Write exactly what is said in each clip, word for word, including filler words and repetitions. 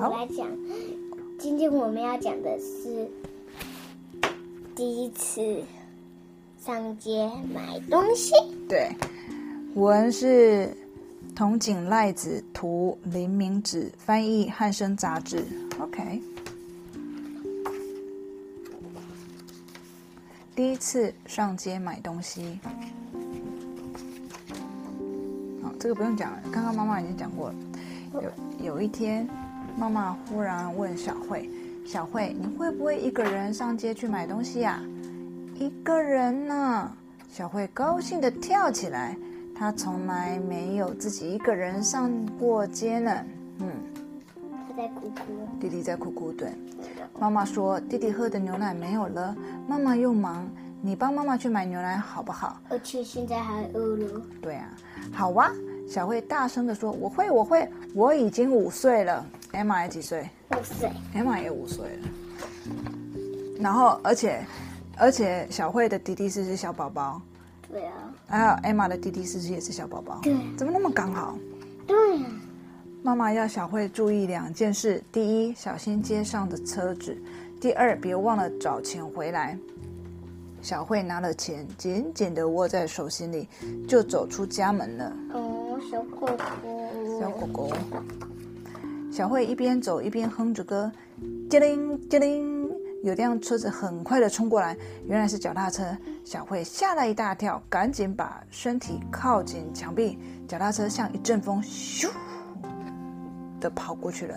我来讲，今天我们要讲的是第一次上街买东西。 对，文是筒井赖子，图林明子，翻译汉声杂志。OK， 第一次上街买东西。好，这个不用讲了，刚刚妈妈已经讲过了。有有一天，妈妈忽然问小慧：“小慧，你会不会一个人上街去买东西呀？”“一个人呢。”小慧高兴地跳起来，她从来没有自己一个人上过街呢。嗯， 她在哭哭。 弟弟在哭哭，对。妈妈说：“弟弟喝的牛奶没有了，妈妈又忙，你帮妈妈去买牛奶好不好？” 而且现在还饿了。 对啊，好啊。小慧大声地说：“我会，我会，我已经五岁了。”Emma 也几岁？ 五岁。 Emma 也五岁了。然后，而且，而且小慧的弟弟是是小宝宝。 对啊。 还有 Emma 的弟弟是不是也是小宝宝？ 对。 怎么那么刚好？ 对啊。 妈妈要小慧注意两件事：第一，小心街上的车子；第二，别忘了找钱回来。小慧拿了钱，紧紧地握在手心里，就走出家门了。 哦，小狗狗， 小狗狗。小慧一边走一边哼着歌，叮铃叮铃，有辆车子很快地冲过来，原来是脚踏车。小慧吓了一大跳，赶紧把身体靠近墙壁，脚踏车像一阵风，咻地跑过去了。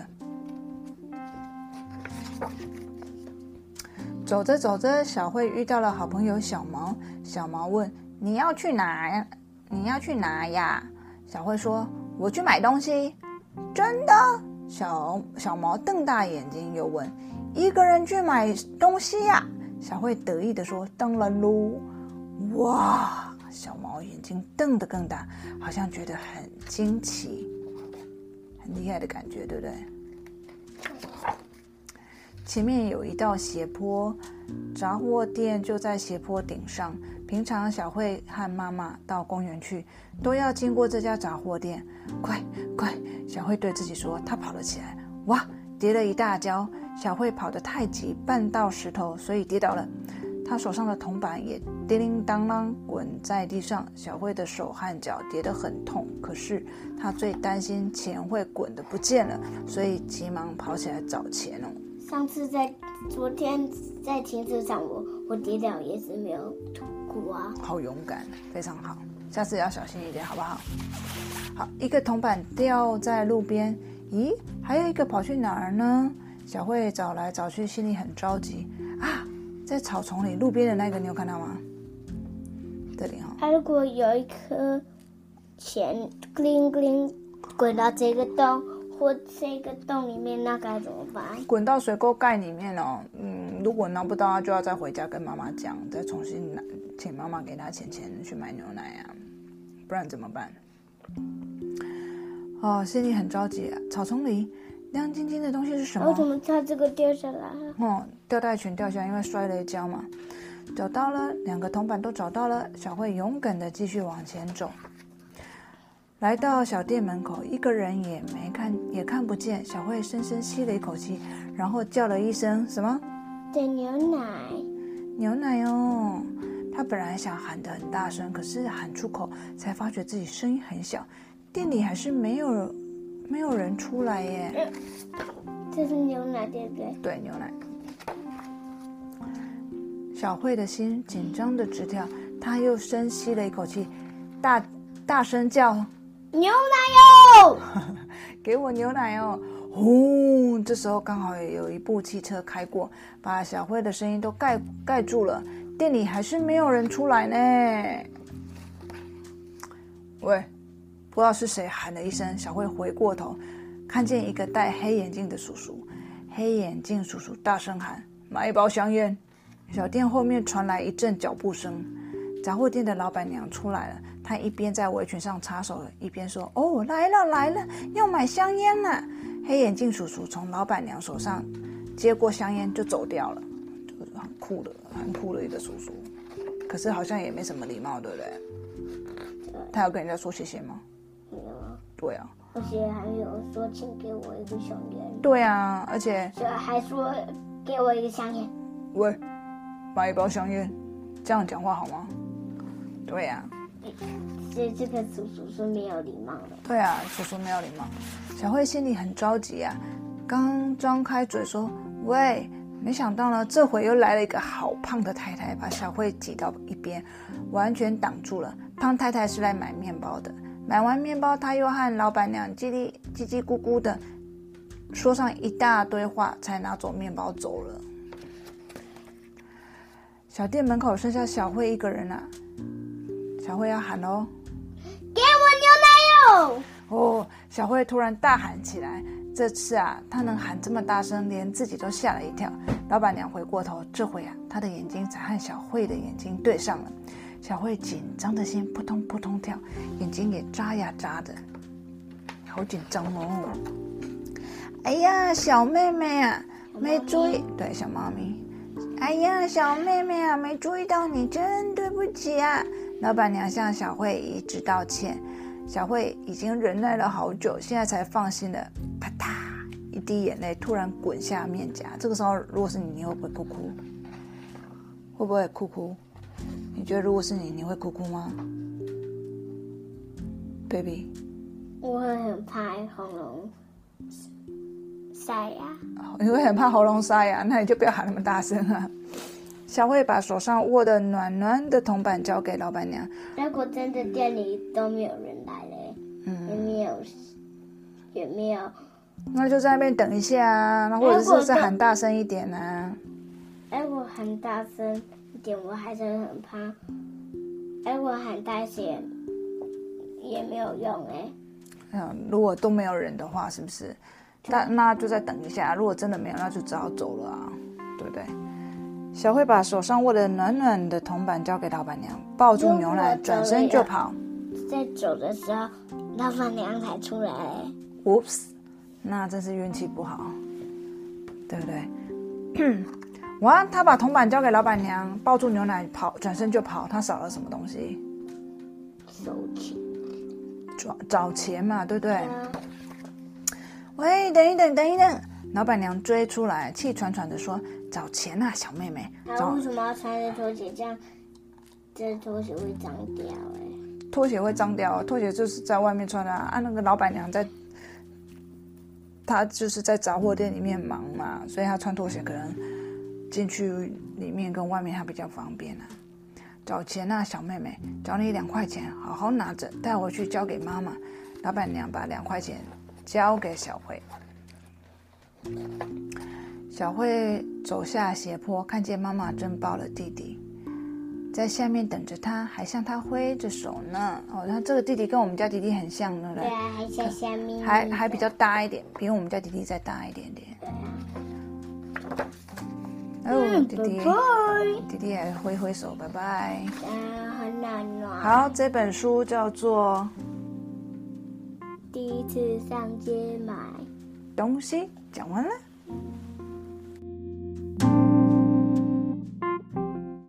走着走着，小慧遇到了好朋友小毛。小毛问：“你要去哪呀？你要去哪呀？”小慧说：“我去买东西。”“真的？”小小毛瞪大眼睛又问：“一个人去买东西呀？”小慧得意地说：“当然喽！”哇！小毛眼睛瞪得更大，好像觉得很惊奇，很厉害的感觉，对不对？前面有一道斜坡，杂货店就在斜坡顶上。平常小慧和妈妈到公园去，都要经过这家杂货店。快快！小慧对自己说。她跑了起来，哇，跌了一大跤。小慧跑得太急，绊到石头，所以跌倒了。她手上的铜板也叮铃当啷滚在地上。小慧的手和脚跌得很痛，可是她最担心钱会滚得不见了，所以急忙跑起来找钱哦。 上次在昨天在停车场，我我跌倒也是没有哭啊。 好勇敢，非常好，下次要小心一点，好不好？好，一个铜板掉在路边，咦，还有一个跑去哪儿呢？小慧找来找去，心里很着急啊！在草丛里，路边的那个你有看到吗？这里哈、哦。 啊，如果有一颗钱 gling gling 滚到这个洞。或这个洞里面，那该怎么办？ 滚到水沟盖里面哦。嗯，如果拿不到，就要再回家跟妈妈讲，再重新拿，请妈妈给他钱钱去买牛奶啊，不然怎么办？哦，心里很着急啊。草丛里亮晶晶的东西是什么？ 为什么它这个掉下来了？ 哦，吊带裙掉下来，因为摔了一跤嘛。找到了，两个铜板都找到了。小慧勇敢地继续往前走。来到小店门口，一个人也没看，也看不见。小慧深深吸了一口气，然后叫了一声什么？ 点牛奶。 牛奶哦！她本来想喊得很大声，可是喊出口才发觉自己声音很小，店里还是没有没有人出来耶。 这是牛奶对不对？ 对，牛奶。小慧的心紧张的直跳，她又深吸了一口气，大大声叫。 牛奶哟！ 给我牛奶哦！呼，这时候刚好也有一部汽车开过，把小慧的声音都盖盖住了。店里还是没有人出来呢。喂，不知道是谁喊了一声，小慧回过头，看见一个戴黑眼镜的叔叔。黑眼镜叔叔大声喊：“买一包香烟！”小店后面传来一阵脚步声，杂货店的老板娘出来了。他一边在围裙上擦手，一边说：“哦，来了来了，要买香烟了。”黑眼镜叔叔从老板娘手上接过香烟就走掉了，就是很酷的、很酷的一个叔叔。可是好像也没什么礼貌，对不对？他有跟人家说谢谢吗？ 没有啊。 对啊。 而且还有说请给我一个香烟。 对啊，而且就还说给我一个香烟。 喂，买一包香烟，这样讲话好吗？对呀、啊。 所以这个叔叔是没有礼貌的。 对啊，叔叔没有礼貌。小慧心里很着急啊，刚张开嘴说喂，没想到呢，这回又来了一个好胖的太太，把小慧挤到一边，完全挡住了。胖太太是来买面包的，买完面包，她又和老板娘叽里叽叽咕咕的说上一大堆话，才拿走面包走了。小店门口剩下小慧一个人啊，小慧要喊喽。 给我牛奶油！ 哦，小慧突然大喊起来。这次啊，她能喊这么大声，连自己都吓了一跳。老板娘回过头，这回啊，她的眼睛才和小慧的眼睛对上了。小慧紧张的心扑通扑通跳，眼睛也眨呀眨的，好紧张哦。哎呀，小妹妹啊，没注意，对，小猫咪。哎呀，小妹妹啊，没注意到你，真对不起啊。老板娘向小慧一致道歉，小慧已经忍耐了好久，现在才放心了。啪嗒，一滴眼泪突然滚下面颊。这个时候，如果是你，你会不会哭哭？会不会哭哭？你觉得如果是你，你会哭哭吗 ，baby？ 我会很怕喉咙沙哑。 你会很怕喉咙沙哑，那你就不要喊那么大声啊。小慧把手上握的暖暖的铜板交给老板娘。 如果真的店里都没有人来嘞，嗯，也没有，也没有， 那就在那边等一下啊，那或者是再喊大声一点啊。 哎，我喊大声一点，我还是很怕。哎，我喊大声也没有用哎。 嗯，如果都没有人的话，是不是？那那就再等一下。如果真的没有，那就只好走了啊，对不对？小慧把手上握的暖暖的铜板交给老板娘，抱住牛奶，转身就跑。 在走的时候，老板娘才出来。 Oops， 那真是运气不好，对不对？哇，他把铜板交给老板娘，抱住牛奶跑，转身就跑。他少了什么东西？ 收钱。 找找钱嘛，对不对？ 啊、 喂，等一等，等一等！老板娘追出来，气喘喘地说：“找钱啊，小妹妹！” 那为什么要穿着拖鞋？这样，这拖鞋会脏掉哎。 拖鞋会脏掉，拖鞋就是在外面穿的啊。啊那个老板娘在，她就是在杂货店里面忙嘛，所以她穿拖鞋可能进去里面跟外面还比较方便啊。找钱啊，小妹妹，找你两块钱，好好拿着，带回去交给妈妈。老板娘把两块钱交给小慧。小慧走下斜坡，看见妈妈正抱了弟弟，在下面等着她，还向他挥着手呢。哦，那这个弟弟跟我们家弟弟很像呢， 对啊，还在下面， 还还比较大一点，比我们家弟弟再大一点点。 对啊。 哦，弟弟， 拜拜弟弟还挥挥手，拜拜。 嗯，很暖暖。 好，这本书叫做 《第一次上街买东西》，讲完了。